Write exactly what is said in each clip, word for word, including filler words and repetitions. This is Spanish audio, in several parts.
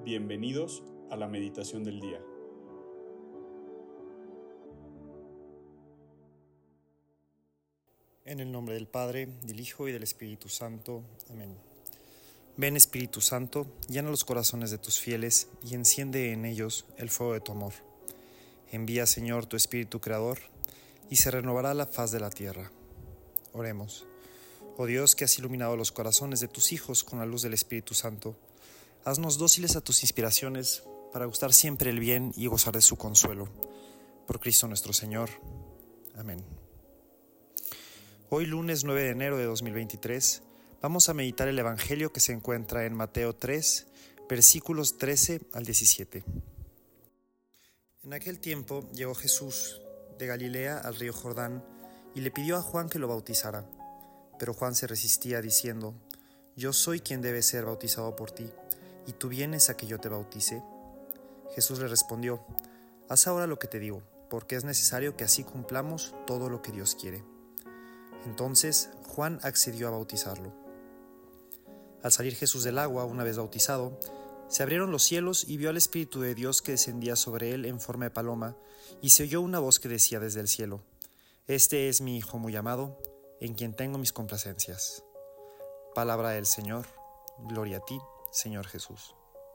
Bienvenidos a la meditación del día. En el nombre del Padre, del Hijo y del Espíritu Santo. Amén. Ven, Espíritu Santo, llena los corazones de tus fieles y enciende en ellos el fuego de tu amor. Envía, Señor, tu Espíritu Creador, y se renovará la faz de la tierra. Oremos. Oh Dios, que has iluminado los corazones de tus hijos con la luz del Espíritu Santo, haznos dóciles a tus inspiraciones para gustar siempre el bien y gozar de su consuelo. Por Cristo nuestro Señor. Amén. Hoy, lunes nueve de enero de dos mil veintitrés, vamos a meditar el Evangelio que se encuentra en Mateo tres, versículos trece al diecisiete. En aquel tiempo llegó Jesús de Galilea al río Jordán y le pidió a Juan que lo bautizara. Pero Juan se resistía diciendo: Yo soy quien debe ser bautizado por ti, ¿y tú vienes a que yo te bautice? Jesús le respondió: Haz ahora lo que te digo, porque es necesario que así cumplamos todo lo que Dios quiere. Entonces Juan accedió a bautizarlo. Al salir Jesús del agua, una vez bautizado, se abrieron los cielos y vio al Espíritu de Dios que descendía sobre él en forma de paloma, y se oyó una voz que decía desde el cielo: Este es mi Hijo muy amado, en quien tengo mis complacencias. Palabra del Señor. Gloria a ti, Señor Jesús.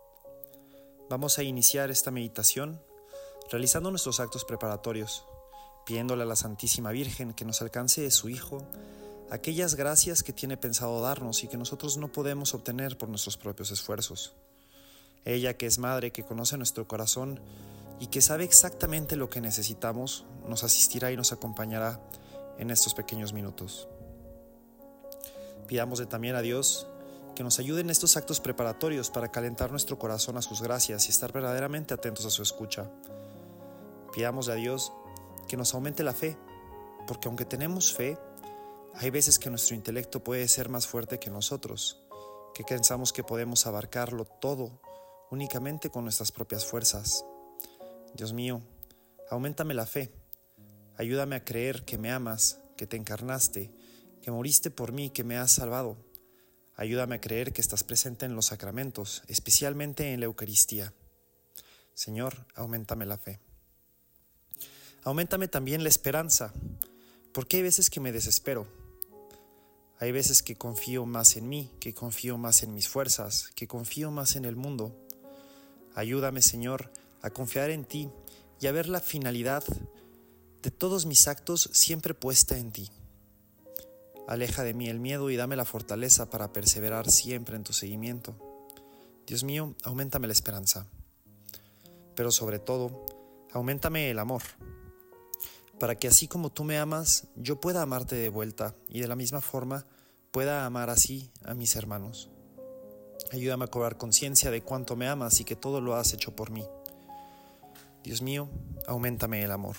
Vamos a iniciar esta meditación realizando nuestros actos preparatorios, pidiéndole a la Santísima Virgen que nos alcance de su Hijo aquellas gracias que tiene pensado darnos y que nosotros no podemos obtener por nuestros propios esfuerzos. Ella, que es Madre, que conoce nuestro corazón y que sabe exactamente lo que necesitamos, nos asistirá y nos acompañará en estos pequeños minutos. Pidámosle también a Dios que nos ayude en estos actos preparatorios para calentar nuestro corazón a sus gracias y estar verdaderamente atentos a su escucha. Pidámosle a Dios que nos aumente la fe, porque aunque tenemos fe, hay veces que nuestro intelecto puede ser más fuerte que nosotros, que pensamos que podemos abarcarlo todo únicamente con nuestras propias fuerzas. Dios mío, auméntame la fe, ayúdame a creer que me amas, que te encarnaste, que moriste por mí, que me has salvado. Ayúdame a creer que estás presente en los sacramentos, especialmente en la Eucaristía. Señor, auméntame la fe. Auméntame también la esperanza, porque hay veces que me desespero. Hay veces que confío más en mí, que confío más en mis fuerzas, que confío más en el mundo. Ayúdame, Señor, a confiar en ti y a ver la finalidad de todos mis actos siempre puesta en ti. Aleja de mí el miedo y dame la fortaleza para perseverar siempre en tu seguimiento. Dios mío, auméntame la esperanza. Pero sobre todo, auméntame el amor, para que así como tú me amas, yo pueda amarte de vuelta y de la misma forma pueda amar así a mis hermanos. Ayúdame a cobrar conciencia de cuánto me amas y que todo lo has hecho por mí. Dios mío, auméntame el amor.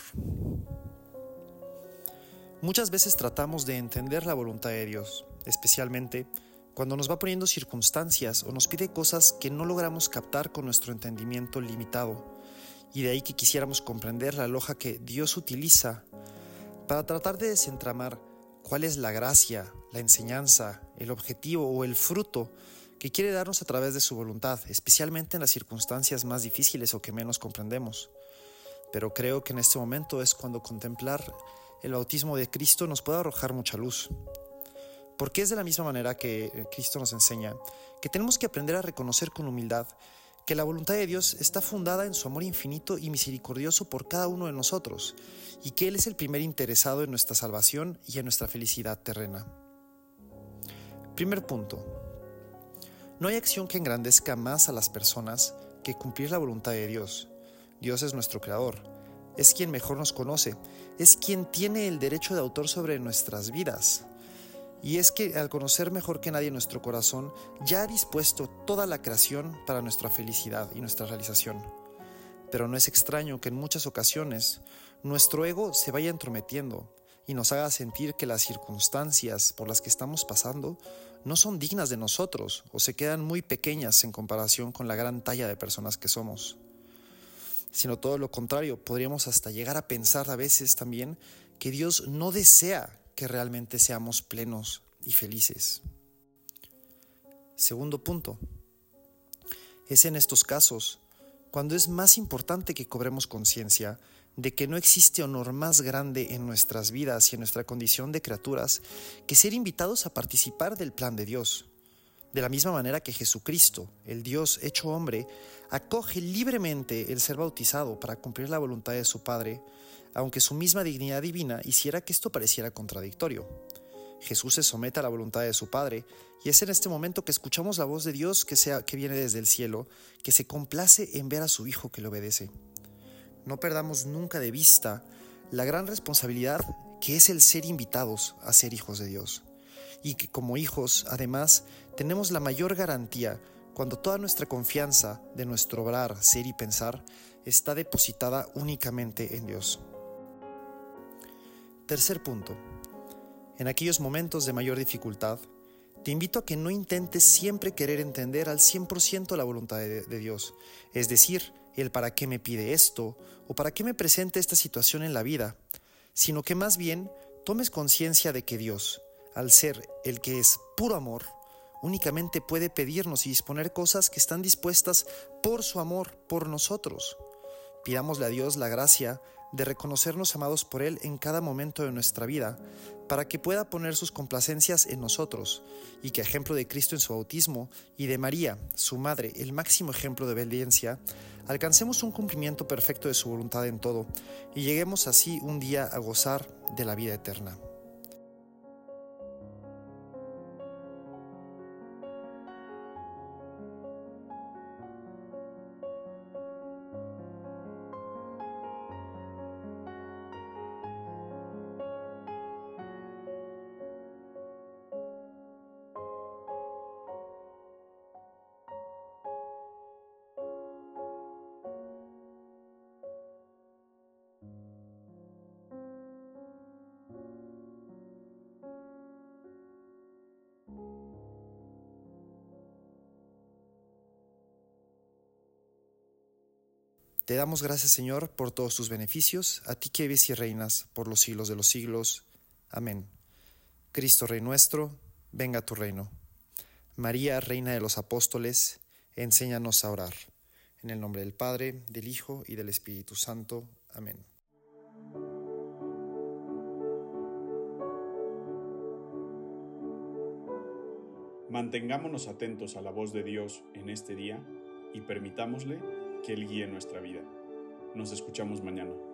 Muchas veces tratamos de entender la voluntad de Dios, especialmente cuando nos va poniendo circunstancias o nos pide cosas que no logramos captar con nuestro entendimiento limitado. Y de ahí que quisiéramos comprender la lógica que Dios utiliza para tratar de desentramar cuál es la gracia, la enseñanza, el objetivo o el fruto que quiere darnos a través de su voluntad, especialmente en las circunstancias más difíciles o que menos comprendemos. Pero creo que en este momento es cuando contemplar el bautismo de Cristo nos puede arrojar mucha luz. Porque es de la misma manera que Cristo nos enseña que tenemos que aprender a reconocer con humildad que la voluntad de Dios está fundada en su amor infinito y misericordioso por cada uno de nosotros, y que Él es el primer interesado en nuestra salvación y en nuestra felicidad terrena. Primer punto. No hay acción que engrandezca más a las personas que cumplir la voluntad de Dios. Dios es nuestro Creador, es quien mejor nos conoce, es quien tiene el derecho de autor sobre nuestras vidas. Y es que al conocer mejor que nadie nuestro corazón, ya ha dispuesto toda la creación para nuestra felicidad y nuestra realización. Pero no es extraño que en muchas ocasiones nuestro ego se vaya entrometiendo y nos haga sentir que las circunstancias por las que estamos pasando no son dignas de nosotros o se quedan muy pequeñas en comparación con la gran talla de personas que somos. Sino todo lo contrario, podríamos hasta llegar a pensar a veces también que Dios no desea que realmente seamos plenos y felices. Segundo punto. Es en estos casos cuando es más importante que cobremos conciencia de que no existe honor más grande en nuestras vidas y en nuestra condición de criaturas que ser invitados a participar del plan de Dios. De la misma manera que Jesucristo, el Dios hecho hombre, acoge libremente el ser bautizado para cumplir la voluntad de su Padre, aunque su misma dignidad divina hiciera que esto pareciera contradictorio. Jesús se somete a la voluntad de su Padre, y es en este momento que escuchamos la voz de Dios que, sea, que viene desde el cielo, que se complace en ver a su Hijo que le obedece. No perdamos nunca de vista la gran responsabilidad que es el ser invitados a ser hijos de Dios, y que como hijos, además, tenemos la mayor garantía cuando toda nuestra confianza de nuestro obrar, ser y pensar está depositada únicamente en Dios. Tercer punto. En aquellos momentos de mayor dificultad, te invito a que no intentes siempre querer entender al cien por ciento la voluntad de, de Dios, es decir, el para qué me pide esto o para qué me presenta esta situación en la vida, sino que más bien tomes conciencia de que Dios, al ser el que es puro amor, únicamente puede pedirnos y disponer cosas que están dispuestas por su amor, por nosotros. Pidámosle a Dios la gracia de reconocernos amados por Él en cada momento de nuestra vida, para que pueda poner sus complacencias en nosotros, y que a ejemplo de Cristo en su bautismo y de María, su madre, el máximo ejemplo de obediencia, alcancemos un cumplimiento perfecto de su voluntad en todo, y lleguemos así un día a gozar de la vida eterna. Te damos gracias, Señor, por todos tus beneficios, a ti que vives y reinas por los siglos de los siglos. Amén. Cristo, Rey nuestro, venga a tu reino. María, Reina de los Apóstoles, enséñanos a orar. En el nombre del Padre, del Hijo y del Espíritu Santo. Amén. Mantengámonos atentos a la voz de Dios en este día y permitámosle que Él guíe nuestra vida. Nos escuchamos mañana.